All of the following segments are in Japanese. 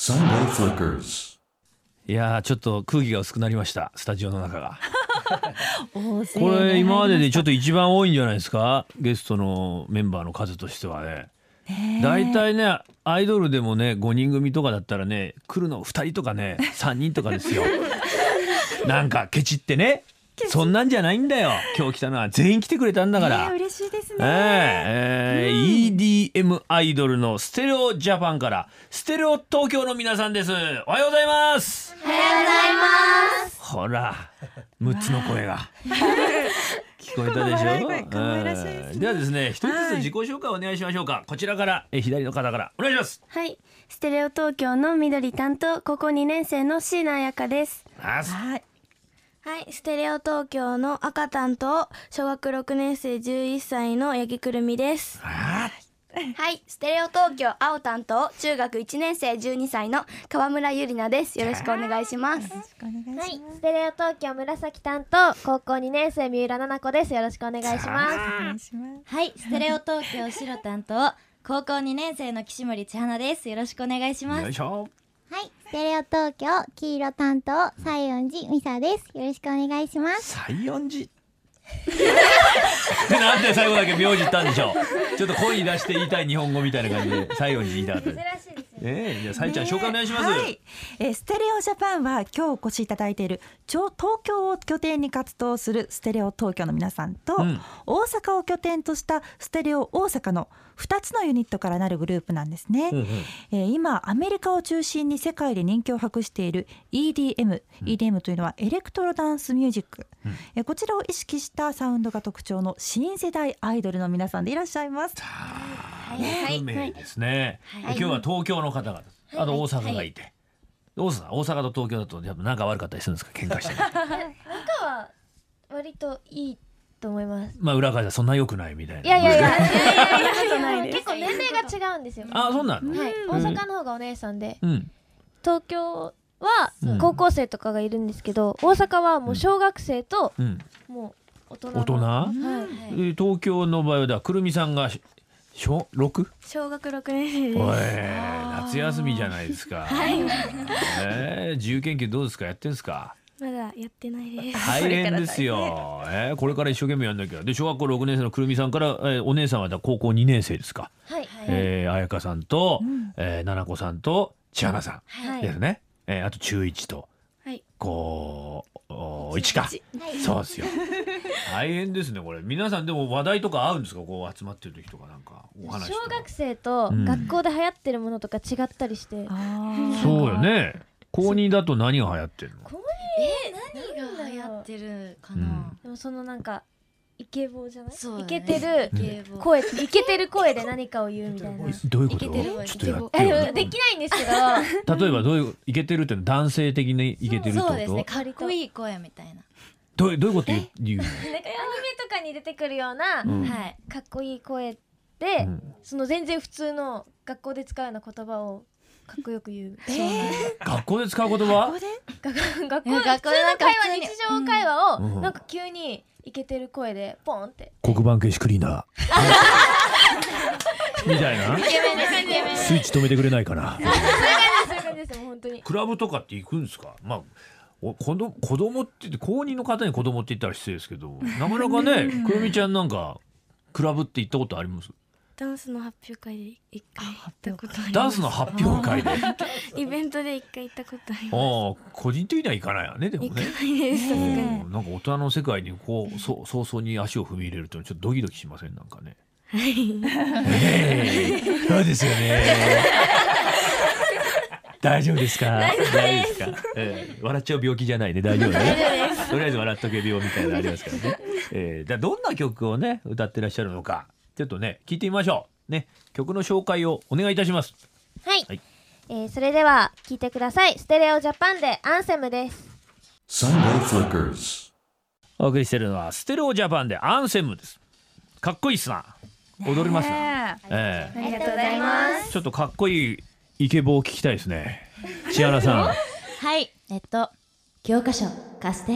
Sunday Flickers。 いやーちょっと空気が薄くなりましたスタジオの中が大勢これ今まででちょっっと一番多いんじゃないですか、ゲストのメンバーの数としてはね。だいたいねアイドルでもね5人組とかだったらね来るの2人とかね3人とかですよなんかケチってね、そんなんじゃないんだよ。今日来たのは全員来てくれたんだから、 嬉しいですね。 EDM アイドルのステレオジャパンからステレオ東京の皆さんです。おはようございます。 おはようございます。 ほら6つの声が聞こえたでしょ。 笑い声可愛らしいですねではですね一つずつ自己紹介をお願いしましょうか。こちらから左の方からお願いします。 はい、ステレオ東京の緑担当高校2年生の椎名彩香です。 はいはい、ステレオ東京の赤担当小学6年生11歳の八木くるみです。 あはい、ステレオ東京青担当中学1年生12歳の川村ゆりなです。よろしくお願いします。 よろしくお願いします。 はい、ステレオ東京紫担当高校2年生三浦奈々子です。よろしくお願いします。 お願いします。 はい、ステレオ東京白担当高校2年生の岸森千花です。よろしくお願いします。 よいしょ。 はい、ステレオ東京黄色担当西園寺美沙です。よろしくお願いします。 西園寺なんで最後だけ名字言ったんでしょう。ちょっと声に出して言いたい日本語みたいな感じで西園寺言いたかったです。 珍しいですよ。 じゃあさいちゃん紹介お願いします。 はい、ステレオジャパンは今日お越しいただいている東京を拠点に活動するステレオ東京の皆さんと、大阪を拠点としたステレオ大阪の2つのユニットからなるグループなんですね。今アメリカを中心に世界で人気を博している EDM というのはエレクトロダンスミュージック、こちらを意識したサウンドが特徴の新世代アイドルの皆さんでいらっしゃいます。 不明ですね。今日は東京の方々、あと大阪がいて、大阪と東京だとやっぱ仲悪かったりするんですか、喧嘩して仲は割といいと思います。 まあ裏返したらそんな良くないみたいな。 いやないです結構年齢が違うんですよ。 あ、そうなの。 はい、大阪の方がお姉さんで、 うん東京は高校生とかがいるんですけど、大阪はもう小学生とうんもう大人の。 大人、 はい。 東京の場合はだくるみさんが小 6？ 小学6年生です。 おい夏休みじゃないですか。自由研究どうですか、やってんですか。 まだやってないです。 大変ですよ。これから一生懸命やんなきゃ。で小学校6年生のくるみさんから、お姉さんは高校2年生ですか。 はい。 彩香さんと、奈々子さんと千花さはい。 んですね。あと中1とはい高1か。そうですよ。大変ですねこれ。皆さんでも話題とか合うんですか、こう集まってる時とかなんかお話とか。 小学生と学校で流行ってるものとか違ったりして、 そうよね。高2だと何が流行ってるの。 何が流行ってるかな。 でもそのなんかイケボじゃない？ そうだねイケてるイケボ声、イケてる声で何かを言うみたいな。 どういうこと？ イケてるちょっとやってよ。 できないんですけど、 例えばどういうイケてるってのは男性的にイケてるってこと？ そうですね、かっこいい声みたいな。 どういうこと言うの？ なんかアニメとかに出てくるようなはい。 かっこいい声で、 んその全然普通の学校で使うような言葉をかっこよく言う。 学校で使う言葉？ 学校で学校でなんか普通の会話、 普通に日常会話うんをなんか急にイケてる声でポンって黒板消しクリーナーみたいな。 イケメンですイケメン。 スイッチ止めてくれないかな。 そういう感じですよ本当に。 クラブとかって行くんですか。まあ子供って言って高2の方に子供って言ったら失礼ですけど、なかなかねくるみちゃんなんかクラブって行ったことあります？ ダンスの発表会で一回行ったことあります。 ダンスの発表会で。 イベントで一回行ったことあります。 個人的には行かないよねでもね。 ないです。さすがに。 なんか大人の世界にこう早々に足を踏み入れるとちょっとドキドキしません？なんかね。そうですよね。大丈夫ですか？大丈夫ですか？笑っちゃう病気じゃないね。大丈夫ね。とりあえず笑っとけ病みたいなのありますからね。じゃあどんな曲をね歌ってらっしゃるのかちょっとね聞いてみましょうね。曲の紹介をお願いいたします。 はい、 はいそれでは聞いてください。ステレオジャパンでアンセムです。 Sunday Flickers。 お送りしてるのはステレオジャパンでアンセムです。かっこいいっすな。踊りますな。 ありがとうございます。 ちょっとかっこいいイケボを聞きたいですね。千原さん。 はい。教科書貸して。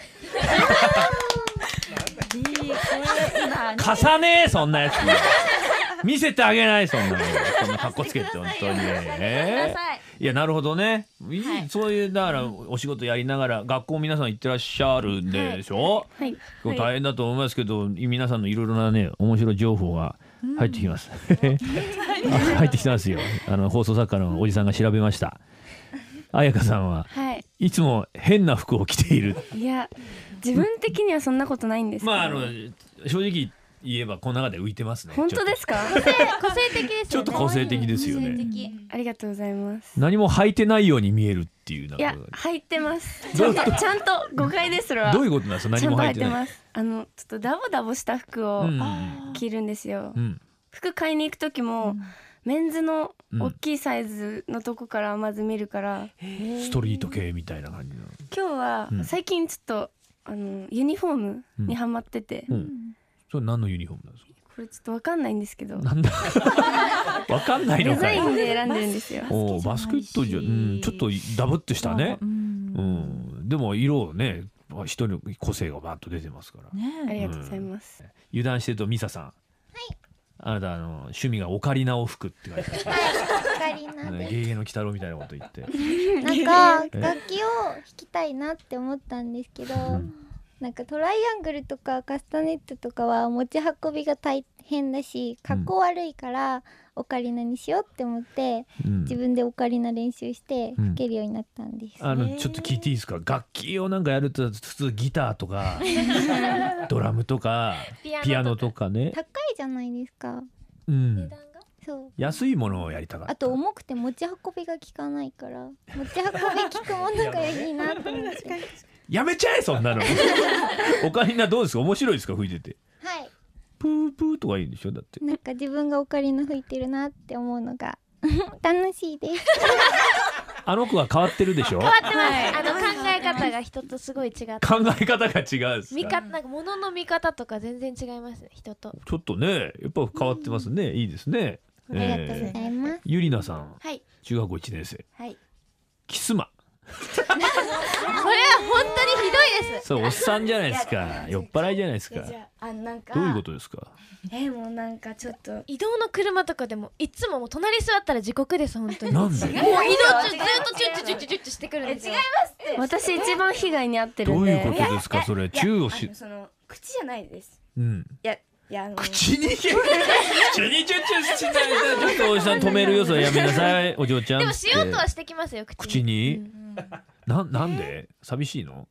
貸さねえそんなやつ見せてあげないそんなかっこつけて本当に。 いやなるほどね、 はい、 そういうだからお仕事やりながら学校皆さん行ってらっしゃるんでしょ、 はい、 こう大変だと思いますけど、皆さんのいろいろなね面白い情報が入ってきます、入ってきてますよ。放送作家のおじさんが調べました。彩香さんは、 はい、 いつも変な服を着ている。 いや自分的にはそんなことないんですけど、 正直言えばこの中で浮いてますね。 本当ですか？ 個性的ですよね。 ちょっと個性的ですよね。 ありがとうございます。 何も履いてないように見えるっていう。 いや履いてます。ちゃんと誤解です。それはどういうことなんですか？何も履いてない。 ちゃんと履いてます。ちょっとダボダボした服を着るんですよ。服買いに行く時も、メンズの大きいサイズのとこからまず見るから、 ストリート系みたいな感じの。 今日は最近ちょっとユニフォームにハマってて、 それ何のユニフォームなんですか？ これちょっとわかんないんですけど、 なんだわかんないのかい。 デザインで選んでるんですよ。 バスケットじゃ、ちょっとダブってしたね。でも色ね、人の個性がバッと出てますからね。 ありがとうございます。 油断してるとミサさん、はい、あなた趣味がオカリナを吹くって書いてある。 オカリナでゲゲゲの鬼太郎みたいなこと言って。 なんか楽器を弾きたいなって思ったんですけど、なんかトライアングルとかカスタネットとかは持ち運びが大変だし格好悪いからオカリナにしようって思って、自分でオカリナ練習して吹けるようになったんです、 ちょっと聞いていいですか？楽器をなんかやると普通ギターとかドラムとかピアノとかね、 高いじゃないですか。そう安いものをやりたかった。 あと重くて持ち運びが効かないから持ち運び効くものがいいなと思ってやめちゃえそんなの。オカリナどうですか？面白いですか？吹いてて。 はい。 プープーとかいいんでしょ？だって。 なんか自分がオカリナ吹いてるなって思うのが楽しいです。 あの子は変わってるでしょ？ 変わってます。考え方が人とすごい違って。 考え方が違うんですか？ なんか物の見方とか全然違いますね、人と。 ちょっとね、やっぱ変わってますね。いいですね。 ありがとうございます。 ゆりなさん、 はい、 中学校1年生。 はい。 キスマ。 それは本当にひどいです。 そうおっさんじゃないですか。酔っ払いじゃないですか。 なんかどういうことですか？ もうなんかちょっと移動の車とかでもいつも隣座ったら地獄です本当に。 なんで？ もう移動中ずっとチュッチュッチュッチュッチュしてくるんですよ。 違いますって。 私一番被害に遭ってるんで。 どういうことですか？それチューをし。 その口じゃないです。 いや口にチュッチュしないでちょっとおじさん止めるよ。それやめなさいお嬢ちゃん。 でもしようとはしてきますよ口に。なんで？寂しいの？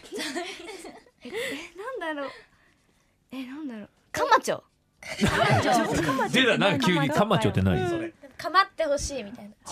なんだろう。カマチョ。 出たなんか急にカマチョって何？ かまってほしいみたいな。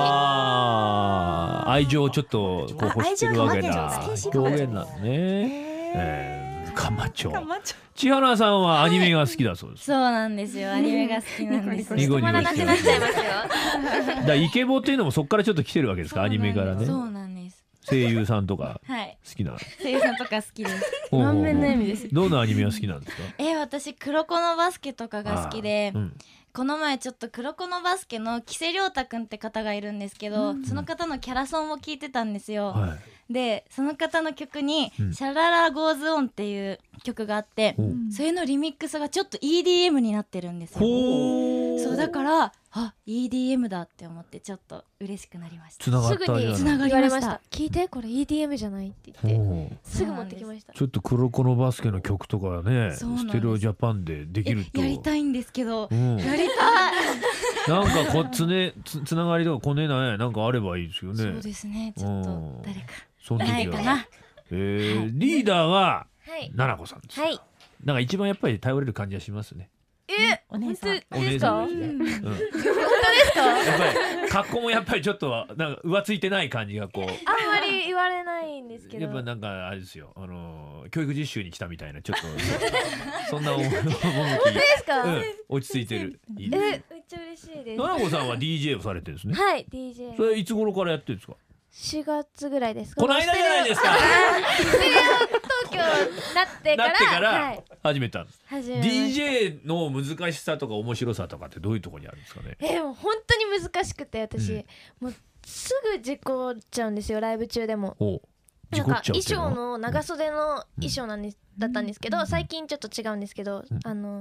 はあ、愛情をちょっとこう欲してるわけだ。表現なんね。カマチョ。千原さんはアニメが好きだそうです。 そうなんですよ。アニメが好きなんです。 ニコニコしてる。 止まらなくなっちゃいますよ。 だからイケボっていうのもそこからちょっと来てるわけですか？アニメからね。 そうなんです。 声優さんとか好きな。 声優さんとか好きです。 満面の笑みです。 どんなアニメが好きなんですか？ 私黒子のバスケとかが好きで、この前ちょっと黒子のバスケの木瀬亮太くんって方がいるんですけど、その方のキャラソンを聞いてたんですよ。でその方の曲に「シャララゴーズオン」っていう曲があって、それのリミックスがちょっと EDM になってるんですよ。そうだからEDM だって思ってちょっと嬉しくなりました。 つながったすぐにつながりました。 聞いてこれ EDM じゃないって言ってすぐ持ってきました。 ちょっと黒子のバスケの曲とかね、ステレオジャパンでできるとやりたいんですけど、 やりたいなんかつながりとかこねないなんかあればいいですよね。 そうですね。ちょっと誰かないかな。リーダーが奈々子さんです。なんか一番やっぱり頼れる感じがしますね。 お姉さんですか？ 本当ですか？やっぱり格好もやっぱりちょっとなんか浮ついてない感じがこう。 あんまり言われないんですけど。 やっぱなんかあれですよ。教育実習に来たみたいなちょっとそんな趣。本当ですか？ 落ち着いてる。 めっちゃ嬉しいです。 奈々子さんは DJ をされてるんですね。 はい DJ。 それいつ頃からやってるんですか ？4月ぐらいですか。 この間じゃないですか。 ステレオ東京なってから始めたんです。 DJ の難しさとか面白さとかってどういうところにあるんですかね。 もう本当に難しくて私、もうすぐ事故っちゃうんですよライブ中でも。なんか衣装の長袖の衣装だったんですけど、最近ちょっと違うんですけど、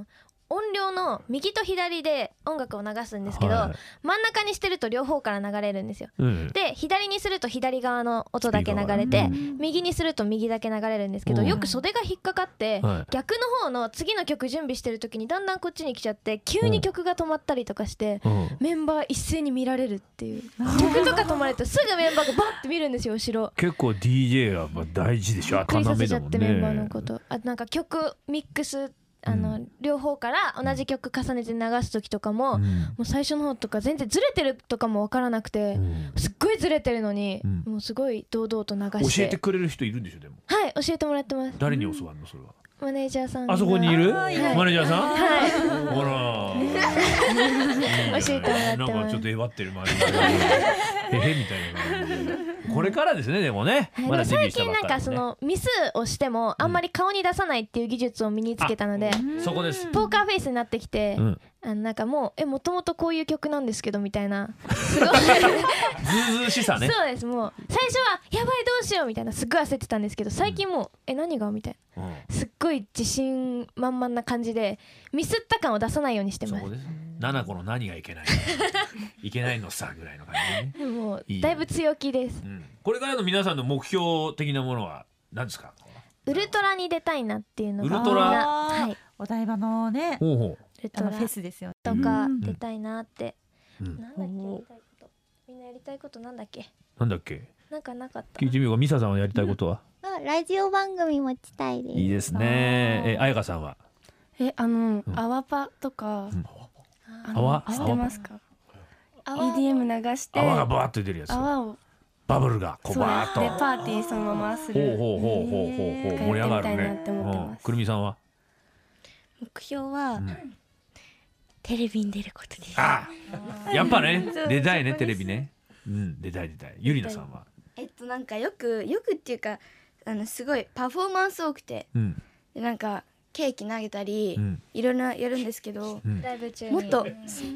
音量の右と左で音楽を流すんですけど、 はい真ん中にしてると両方から流れるんですよ。 うんで左にすると左側の音だけ流れて、右にすると右だけ流れるんですけど、 うんよく袖が引っかかって、 はい逆の方の次の曲準備してる時にだんだんこっちに来ちゃって急に曲が止まったりとかして、メンバー一斉に見られるっていう。曲とか止まるとすぐメンバーがバッて見るんですよ後ろ。 結構 DJ はまあ大事でしょ。 びっくりさせちゃ要だもんってメンバーのね。 こと。あとなんか曲ミックス両方から同じ曲重ねて流す時とかも、もう最初の方とか全然ずれてるとかも分からなくて、すっごいずれてるのに、もうすごい堂々と流して教えてくれる人いるんでしょ。でもはい教えてもらってます。 誰に教わるのそれは。 マネージャーさんがあそこにいるマネージャーさん。 はいほら教えてもらってます。 なんかちょっとえばってるマネージャーがへへみたいな感じで。これからですね。でもね、 はいまだデビュー最近なんしたばっかりねかそのミスをしてもあんまり顔に出さないっていう技術を身につけたので、 そこです。 ポーカーフェイスになってきて、 うんなんかもうもともとこういう曲なんですけどみたいなすごいずうずうしさね。 そうです。もう最初はやばいどうしようみたいなすっごい焦ってたんですけど、最近もう何がみたいなすっごい自信満々な感じでミスった感を出さないようにしてます。 そこです。7個の何がいけないいけないのさぐらいの感じね。 もういいだいぶ強気です。 これからの皆さんの目標的なものは何ですか。 ウルトラに出たいなっていうのがウルトラはいお台場のねほうほウルトラフェスですよとか出たいなって、 うんなんだっけやりたいことみんなやりたいことなんだっけなんだっけ。 なんかなかった聞いてみようか。ミサさんはやりたいことは。 ラジオ番組持ちたいです。 いいですね。彩香さんは。 アワパとか、 泡知ってますか。EDM 流して泡がバーッと出るやつ。 泡をバブルがこうバーッと。 でパーティーそのままする。 ほう盛り上がるやってみたいなって思ってね。 ますくるみさんは。 目標は、テレビに出ることです。 ああ、やっぱねそう出たいねそこですテレビね。出たい。ゆりなさんは。 なんかよくっていうかすごいパフォーマンス多くて、でなんかケーキ投げたり、いろんなやるんですけど、 ライブ中にもっと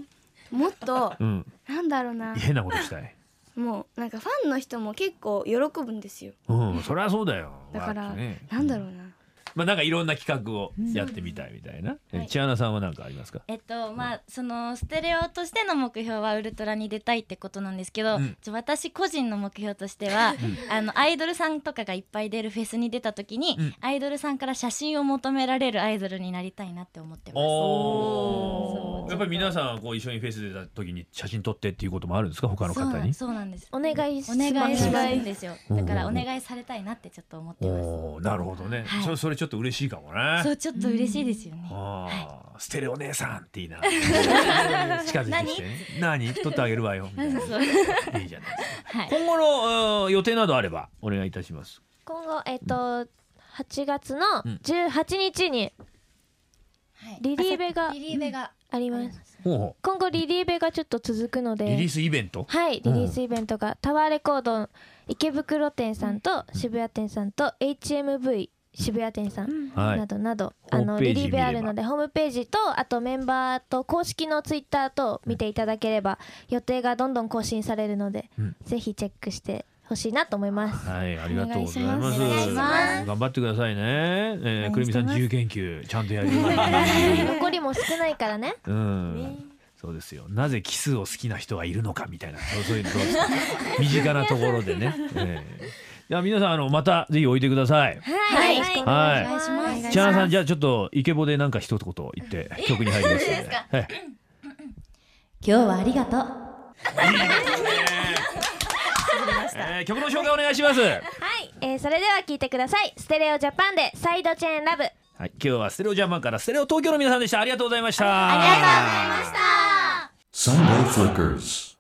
なんだろうな、 変なことしたい。 もうなんかファンの人も結構喜ぶんですよ。 そりゃそうだよ。 だから、 わーってねなんだろうな、 まあなんかいろんな企画をやってみたいみたいな。千穴さんは何かありますか。 まあそのステレオとしての目標はウルトラに出たいってことなんですけど、私個人の目標としては、アイドルさんとかがいっぱい出るフェスに出た時に、アイドルさんから写真を求められるアイドルになりたいなって思ってます。 やっぱり皆さんこう一緒にフェス出た時に写真撮ってっていうこともあるんですか。他の方に。 そうなんです。 お願いします。 お願いしますんですよ。だからお願いされたいなってちょっと思ってます。 なるほどね。それちょっと嬉しいかもね。 そうちょっと嬉しいですよね。 ステレオ姉さんっていいな。近づいてきてね。何撮ってあげるわよ。いいじゃないですか。今後の予定などあればお願いいたします。 今後8月の18日にリリーベがあります。今後リリーベがちょっと続くので、 リリースイベント。 はいリリースイベントがタワーレコード池袋店さんと渋谷店さんと HMV 渋谷店さんなどなど、リリーベあるのでホームページとあとメンバーと公式のツイッターと見ていただければ予定がどんどん更新されるので、ぜひチェックしてほしいなと思います。 はい、ありがとうございます。頑張ってくださいね。くるみさん自由研究ちゃんとやる。 残りも少ないからね。 そうですよ。なぜキスを好きな人がいるのかみたいな、そういうの身近なところでね。じゃあ皆さんまたぜひおいでください。 はい、よろしくお願いします。 千穴さんじゃあちょっとイケボでなんか一言言って曲に入りますので。 今日はありがとう。 曲の紹介お願いします。 はい、それでは聴いてください。ステレオジャパンでサイドチェーンラブ。 はい、今日はステレオジャパンからステレオ東京の皆さんでした。ありがとうございました。 ありがとうございました。 Sunday Flickers.